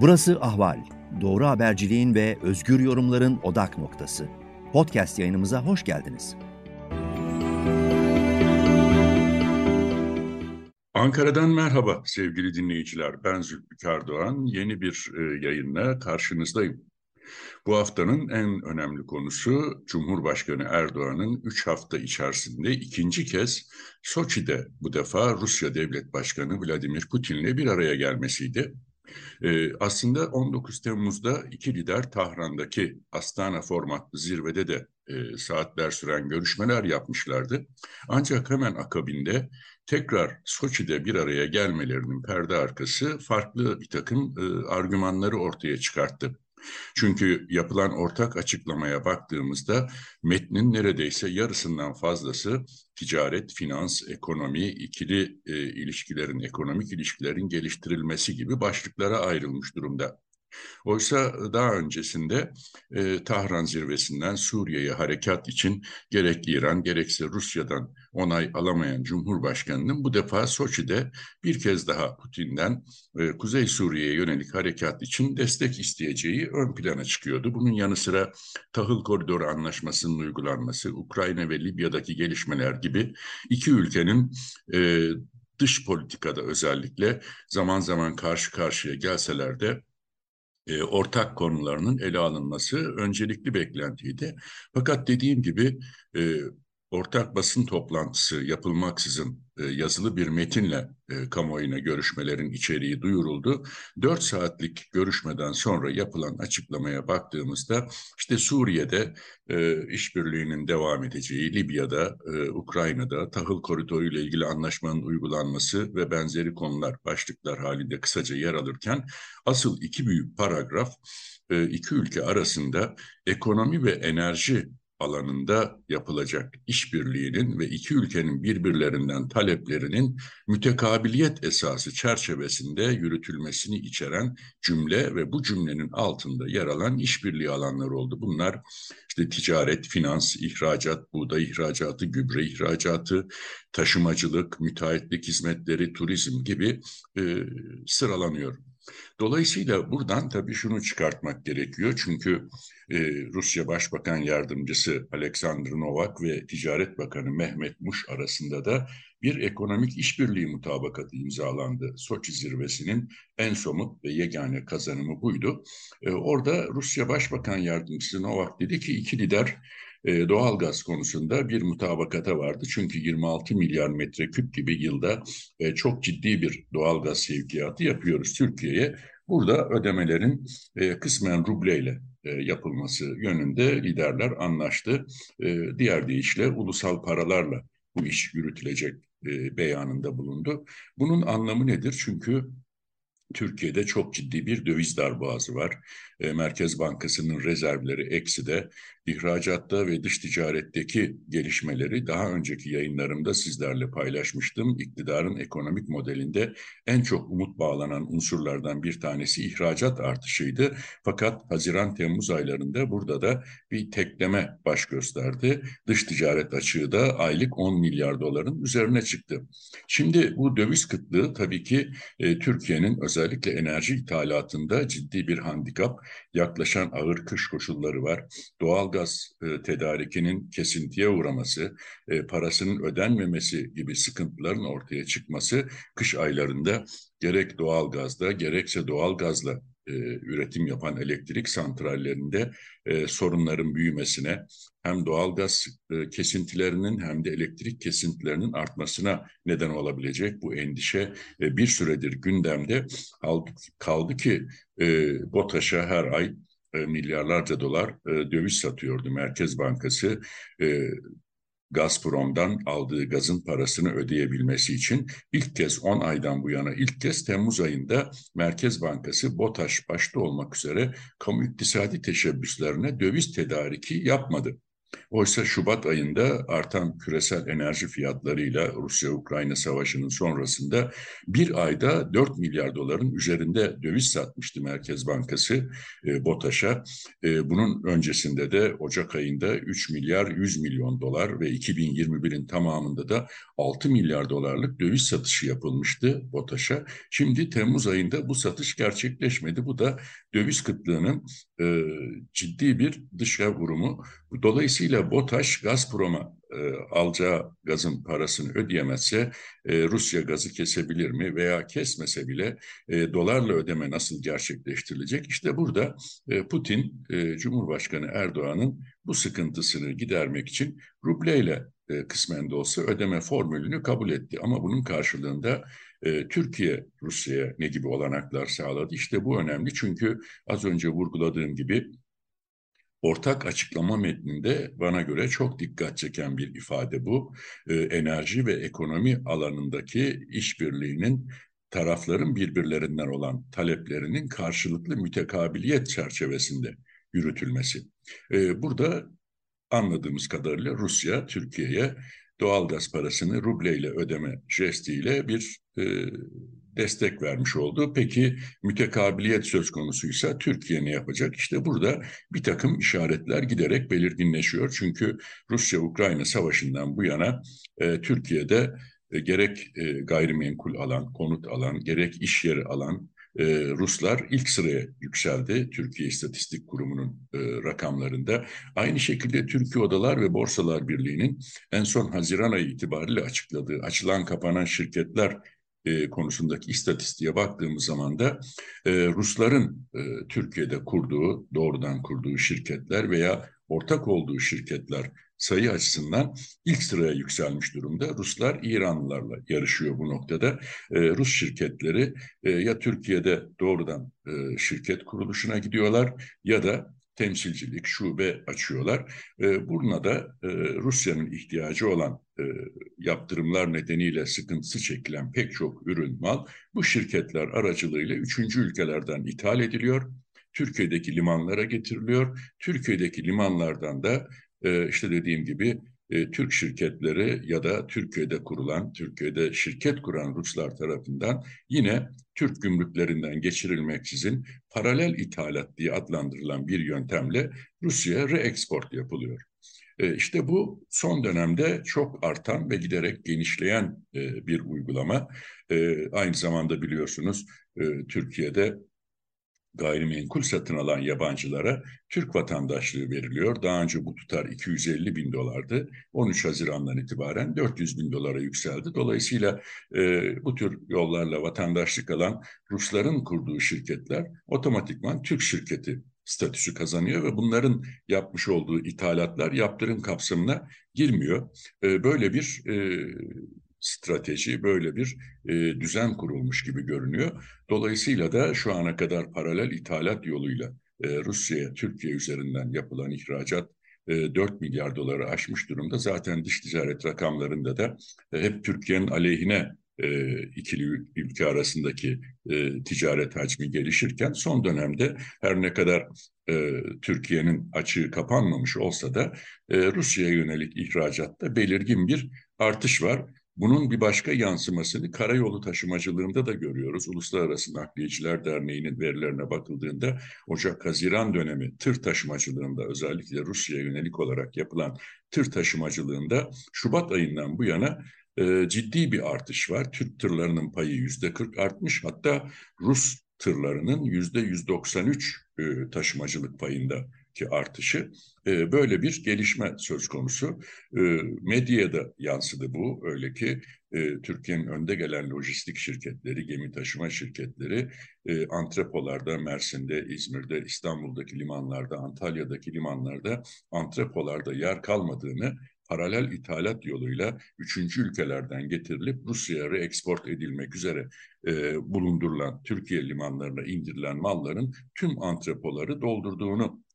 Burası Ahval. Doğru haberciliğin ve özgür yorumların odak noktası. Podcast yayınımıza hoş geldiniz. Ankara'dan merhaba sevgili dinleyiciler. Ben Zülfikar Doğan. Yeni bir yayınla karşınızdayım. Bu haftanın en önemli konusu Cumhurbaşkanı Erdoğan'ın 3 hafta içerisinde ikinci kez Soçi'de bu defa Rusya Devlet Başkanı Vladimir Putin'le bir araya gelmesiydi. Aslında 19 Temmuz'da iki lider Tahran'daki Astana formatlı zirvede de saatler süren görüşmeler yapmışlardı. Ancak hemen akabinde tekrar Soçi'de bir araya gelmelerinin perde arkası farklı bir takım argümanları ortaya çıkarttı. Çünkü yapılan ortak açıklamaya baktığımızda metnin neredeyse yarısından fazlası ticaret, finans, ekonomi, ikili ilişkilerin, ekonomik ilişkilerin geliştirilmesi gibi başlıklara ayrılmış durumda. Oysa daha öncesinde Tahran zirvesinden Suriye'ye harekat için gerek İran gerekse Rusya'dan onay alamayan Cumhurbaşkanı'nın bu defa Soçi'de bir kez daha Putin'den Kuzey Suriye'ye yönelik harekat için destek isteyeceği ön plana çıkıyordu. Bunun yanı sıra Tahıl Koridoru Anlaşması'nın uygulanması, Ukrayna ve Libya'daki gelişmeler gibi iki ülkenin dış politikada özellikle zaman zaman karşı karşıya gelseler de ortak konularının ele alınması öncelikli beklentiydi. Fakat dediğim gibi e, ortak basın toplantısı yapılmaksızın yazılı bir metinle kamuoyuna görüşmelerin içeriği duyuruldu. 4 saatlik görüşmeden sonra yapılan açıklamaya baktığımızda işte Suriye'de işbirliğinin devam edeceği, Libya'da, Ukrayna'da tahıl koridoru ile ilgili anlaşmanın uygulanması ve benzeri konular başlıklar halinde kısaca yer alırken asıl iki büyük paragraf iki ülke arasında ekonomi ve enerji alanında yapılacak işbirliğinin ve iki ülkenin birbirlerinden taleplerinin mütekabiliyet esası çerçevesinde yürütülmesini içeren cümle ve bu cümlenin altında yer alan işbirliği alanları oldu. Bunlar işte ticaret, finans, ihracat, buğday ihracatı, gübre ihracatı, taşımacılık, müteahhitlik hizmetleri, turizm gibi sıralanıyor. Dolayısıyla buradan tabii şunu çıkartmak gerekiyor. Çünkü Rusya Başbakan Yardımcısı Alexander Novak ve Ticaret Bakanı Mehmet Muş arasında da bir ekonomik işbirliği mutabakatı imzalandı. Soçi zirvesinin en somut ve yegane kazanımı buydu. Orada Rusya Başbakan Yardımcısı Novak dedi ki iki lider doğalgaz konusunda bir mutabakata vardı. Çünkü 26 milyar metreküp gibi yılda çok ciddi bir doğalgaz sevkiyatı yapıyoruz Türkiye'ye. Burada ödemelerin kısmen rubleyle yapılması yönünde liderler anlaştı. Diğer deyişle ulusal paralarla bu iş yürütülecek beyanında bulundu. Bunun anlamı nedir? Çünkü Türkiye'de çok ciddi bir döviz darboğazı var. Merkez Bankası'nın rezervleri ekside, ihracatta ve dış ticaretteki gelişmeleri daha önceki yayınlarımda sizlerle paylaşmıştım. İktidarın ekonomik modelinde en çok umut bağlanan unsurlardan bir tanesi ihracat artışıydı. Fakat Haziran-Temmuz aylarında burada da bir tekleme baş gösterdi. Dış ticaret açığı da aylık 10 milyar doların üzerine çıktı. Şimdi bu döviz kıtlığı tabii ki Türkiye'nin özellikle enerji ithalatında ciddi bir handikap, yaklaşan ağır kış koşulları var. Doğalgaz tedarikinin kesintiye uğraması, parasının ödenmemesi gibi sıkıntıların ortaya çıkması kış aylarında gerek doğalgazda gerekse doğalgazla üretim yapan elektrik santrallerinde sorunların büyümesine hem doğalgaz kesintilerinin hem de elektrik kesintilerinin artmasına neden olabilecek bu endişe bir süredir gündemde. Kaldı ki BOTAŞ'a her ay milyarlarca dolar döviz satıyordu Merkez Bankası. Gazprom'dan aldığı gazın parasını ödeyebilmesi için ilk kez 10 aydan bu yana ilk kez Temmuz ayında Merkez Bankası BOTAŞ başta olmak üzere kamu iktisadi teşebbüslerine döviz tedariki yapmadı. Oysa Şubat ayında artan küresel enerji fiyatlarıyla Rusya-Ukrayna savaşının sonrasında bir ayda 4 milyar doların üzerinde döviz satmıştı Merkez Bankası BOTAŞ'a. Bunun öncesinde de Ocak ayında 3 milyar 100 milyon dolar ve 2021'in tamamında da 6 milyar dolarlık döviz satışı yapılmıştı BOTAŞ'a. Şimdi Temmuz ayında bu satış gerçekleşmedi. Bu da döviz kıtlığının ciddi bir dışa vurumu. Dolayısıyla BOTAŞ Gazprom'a alacağı gazın parasını ödeyemezse Rusya gazı kesebilir mi veya kesmese bile dolarla ödeme nasıl gerçekleştirilecek? İşte burada Putin, Cumhurbaşkanı Erdoğan'ın bu sıkıntısını gidermek için rubleyle kısmen de olsa ödeme formülünü kabul etti. Ama bunun karşılığında Türkiye Rusya'ya ne gibi olanaklar sağladı? İşte bu önemli çünkü az önce vurguladığım gibi ortak açıklama metninde bana göre çok dikkat çeken bir ifade bu. Enerji ve ekonomi alanındaki işbirliğinin tarafların birbirlerinden olan taleplerinin karşılıklı mütekabiliyet çerçevesinde yürütülmesi. Burada anladığımız kadarıyla Rusya Türkiye'ye doğalgaz parasını rubleyle ödeme jestiyle bir destek vermiş oldu. Peki mütekabiliyet söz konusuysa Türkiye ne yapacak? İşte burada bir takım işaretler giderek belirginleşiyor. Çünkü Rusya-Ukrayna savaşından bu yana Türkiye'de gerek gayrimenkul alan, konut alan, gerek iş yeri alan Ruslar ilk sıraya yükseldi Türkiye İstatistik Kurumu'nun rakamlarında. Aynı şekilde Türkiye Odalar ve Borsalar Birliği'nin en son Haziran ayı itibariyle açıkladığı açılan kapanan şirketler konusundaki istatistiğe baktığımız zaman da Rusların Türkiye'de kurduğu, doğrudan kurduğu şirketler veya ortak olduğu şirketler sayı açısından ilk sıraya yükselmiş durumda. Ruslar İranlılarla yarışıyor bu noktada. Rus şirketleri ya Türkiye'de doğrudan şirket kuruluşuna gidiyorlar ya da temsilcilik, şube açıyorlar. Buna da Rusya'nın ihtiyacı olan yaptırımlar nedeniyle sıkıntısı çekilen pek çok ürün, mal bu şirketler aracılığıyla üçüncü ülkelerden ithal ediliyor. Türkiye'deki limanlara getiriliyor. Türkiye'deki limanlardan da işte dediğim gibi Türk şirketleri ya da Türkiye'de kurulan, Türkiye'de şirket kuran Ruslar tarafından yine Türk gümrüklerinden geçirilmeksizin paralel ithalat diye adlandırılan bir yöntemle Rusya'ya reeksport yapılıyor. İşte bu son dönemde çok artan ve giderek genişleyen bir uygulama. Aynı zamanda biliyorsunuz Türkiye'de gayrimenkul satın alan yabancılara Türk vatandaşlığı veriliyor. Daha önce bu tutar 250 bin dolardı. 13 Haziran'dan itibaren 400 bin dolara yükseldi. Dolayısıyla bu tür yollarla vatandaşlık alan Rusların kurduğu şirketler otomatikman Türk şirketi statüsü kazanıyor ve bunların yapmış olduğu ithalatlar yaptırım kapsamına girmiyor. Böyle bir strateji, böyle bir düzen kurulmuş gibi görünüyor. Dolayısıyla da şu ana kadar paralel ithalat yoluyla Rusya'ya, Türkiye üzerinden yapılan ihracat 4 milyar doları aşmış durumda. Zaten dış ticaret rakamlarında da hep Türkiye'nin aleyhine ikili ülke arasındaki ticaret hacmi gelişirken son dönemde her ne kadar Türkiye'nin açığı kapanmamış olsa da Rusya'ya yönelik ihracatta belirgin bir artış var. Bunun bir başka yansımasını karayolu taşımacılığında da görüyoruz. Uluslararası Nakliyeciler Derneği'nin verilerine bakıldığında Ocak-Haziran dönemi tır taşımacılığında özellikle Rusya'ya yönelik olarak yapılan tır taşımacılığında Şubat ayından bu yana ciddi bir artış var. Türk tırlarının payı %40 artmış. Hatta Rus tırlarının %193 taşımacılık payındaki artışı. Böyle bir gelişme söz konusu. Medyaya da yansıdı bu. Öyle ki Türkiye'nin önde gelen lojistik şirketleri, gemi taşıma şirketleri antrepolarda, Mersin'de, İzmir'de, İstanbul'daki limanlarda, Antalya'daki limanlarda antrepolarda yer kalmadığını paralel ithalat yoluyla üçüncü ülkelerden getirilip Rusya'ya reeksport edilmek üzere bulundurulan Türkiye limanlarına indirilen malların tüm antrepoları doldurduğunu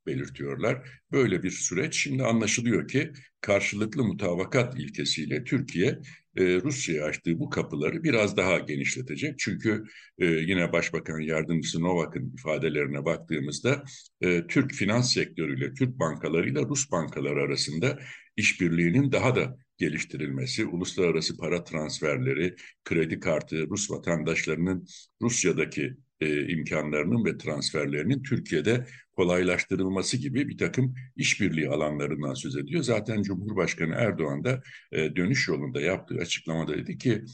belirtiyorlar. Böyle bir süreç şimdi anlaşılıyor ki karşılıklı mutabakat ilkesiyle Türkiye Rusya'ya açtığı bu kapıları biraz daha genişletecek. Çünkü yine Başbakan Yardımcısı Novak'ın ifadelerine baktığımızda Türk finans sektörüyle, Türk bankalarıyla Rus bankaları arasında işbirliğinin daha da geliştirilmesi, uluslararası para transferleri, kredi kartı, Rus vatandaşlarının Rusya'daki imkanlarının ve transferlerinin Türkiye'de kolaylaştırılması gibi bir takım işbirliği alanlarından söz ediyor. Zaten Cumhurbaşkanı Erdoğan da dönüş yolunda yaptığı açıklamada dedi ki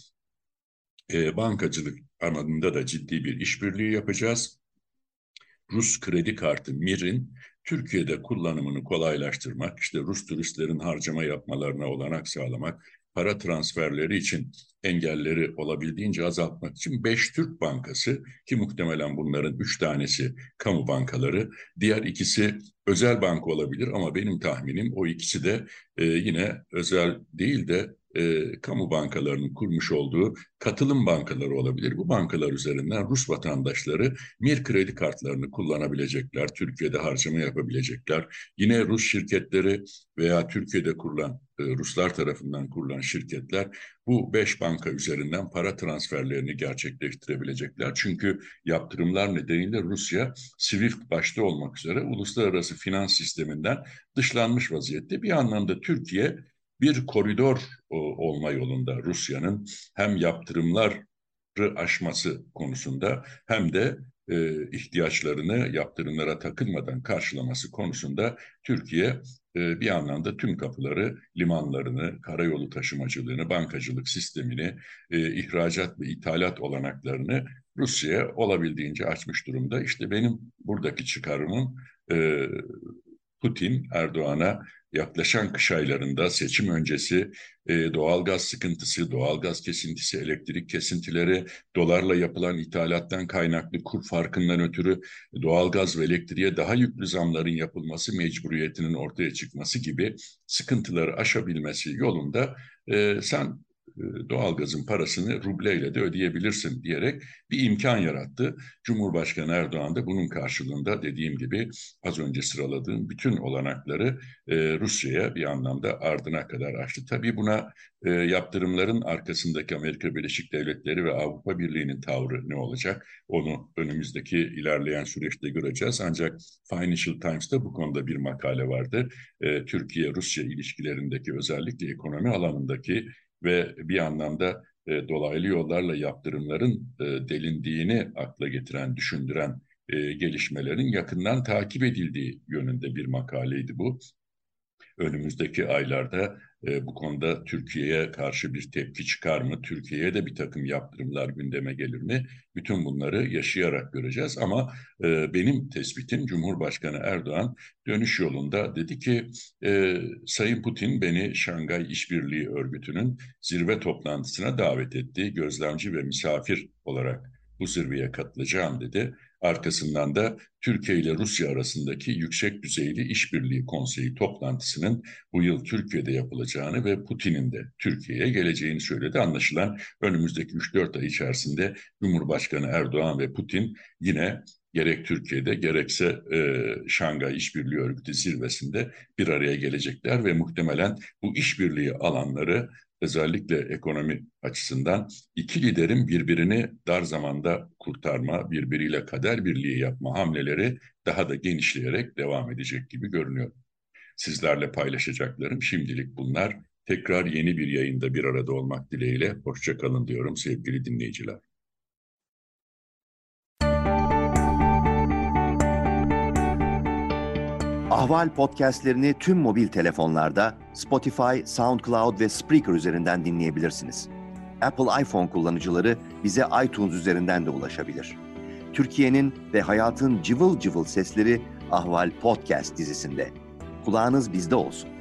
bankacılık alanında da ciddi bir işbirliği yapacağız. Rus kredi kartı MİR'in Türkiye'de kullanımını kolaylaştırmak, işte Rus turistlerin harcama yapmalarına olanak sağlamak, para transferleri için engelleri olabildiğince azaltmak için 5 Türk bankası, ki muhtemelen bunların 3 tanesi kamu bankaları, diğer ikisi özel banka olabilir ama benim tahminim o ikisi de yine özel değil de kamu bankalarının kurmuş olduğu katılım bankaları olabilir. Bu bankalar üzerinden Rus vatandaşları MİR kredi kartlarını kullanabilecekler, Türkiye'de harcama yapabilecekler. Yine Rus şirketleri veya Türkiye'de kurulan, Ruslar tarafından kurulan şirketler bu 5 banka üzerinden para transferlerini gerçekleştirebilecekler. Çünkü yaptırımlar nedeniyle Rusya, SWIFT başta olmak üzere uluslararası finans sisteminden dışlanmış vaziyette. Bir anlamda Türkiye bir koridor olma yolunda Rusya'nın hem yaptırımları aşması konusunda hem de ihtiyaçlarını yaptırımlara takılmadan karşılaması konusunda Türkiye bir anlamda tüm kapıları, limanlarını, karayolu taşımacılığını, bankacılık sistemini, ihracat ve ithalat olanaklarını Rusya'ya olabildiğince açmış durumda. İşte benim buradaki çıkarımım Putin, Erdoğan'a yaklaşan kış aylarında seçim öncesi doğalgaz sıkıntısı, doğalgaz kesintisi, elektrik kesintileri, dolarla yapılan ithalattan kaynaklı kur farkından ötürü doğalgaz ve elektriğe daha yüklü zamların yapılması mecburiyetinin ortaya çıkması gibi sıkıntıları aşabilmesi yolunda sen doğalgazın parasını rubleyle de ödeyebilirsin diyerek bir imkan yarattı. Cumhurbaşkanı Erdoğan da bunun karşılığında dediğim gibi az önce sıraladığım bütün olanakları Rusya'ya bir anlamda ardına kadar açtı. Tabii buna yaptırımların arkasındaki Amerika Birleşik Devletleri ve Avrupa Birliği'nin tavrı ne olacak? Onu önümüzdeki ilerleyen süreçte göreceğiz. Ancak Financial Times'ta bu konuda bir makale vardı. Türkiye-Rusya ilişkilerindeki özellikle ekonomi alanındaki ve bir anlamda dolaylı yollarla yaptırımların delindiğini akla getiren, düşündüren gelişmelerin yakından takip edildiği yönünde bir makaleydi bu. Önümüzdeki aylarda bu konuda Türkiye'ye karşı bir tepki çıkar mı? Türkiye'ye de bir takım yaptırımlar gündeme gelir mi? Bütün bunları yaşayarak göreceğiz. Ama benim tespitim Cumhurbaşkanı Erdoğan dönüş yolunda dedi ki Sayın Putin beni Şangay İşbirliği Örgütü'nün zirve toplantısına davet etti. Gözlemci ve misafir olarak bu zirveye katılacağım dedi. Arkasından da Türkiye ile Rusya arasındaki yüksek düzeyli işbirliği konseyi toplantısının bu yıl Türkiye'de yapılacağını ve Putin'in de Türkiye'ye geleceğini söyledi. Anlaşılan önümüzdeki 3-4 ay içerisinde Cumhurbaşkanı Erdoğan ve Putin yine gerek Türkiye'de gerekse Şangay İşbirliği Örgütü zirvesinde bir araya gelecekler ve muhtemelen bu işbirliği alanları özellikle ekonomi açısından iki liderin birbirini dar zamanda kurtarma, birbiriyle kader birliği yapma hamleleri daha da genişleyerek devam edecek gibi görünüyor. Sizlerle paylaşacaklarım şimdilik bunlar. Tekrar yeni bir yayında bir arada olmak dileğiyle hoşça kalın diyorum sevgili dinleyiciler. Ahval podcastlerini tüm mobil telefonlarda Spotify, SoundCloud ve Spreaker üzerinden dinleyebilirsiniz. Apple iPhone kullanıcıları bize iTunes üzerinden de ulaşabilir. Türkiye'nin ve hayatın cıvıl cıvıl sesleri Ahval Podcast dizisinde. Kulağınız bizde olsun.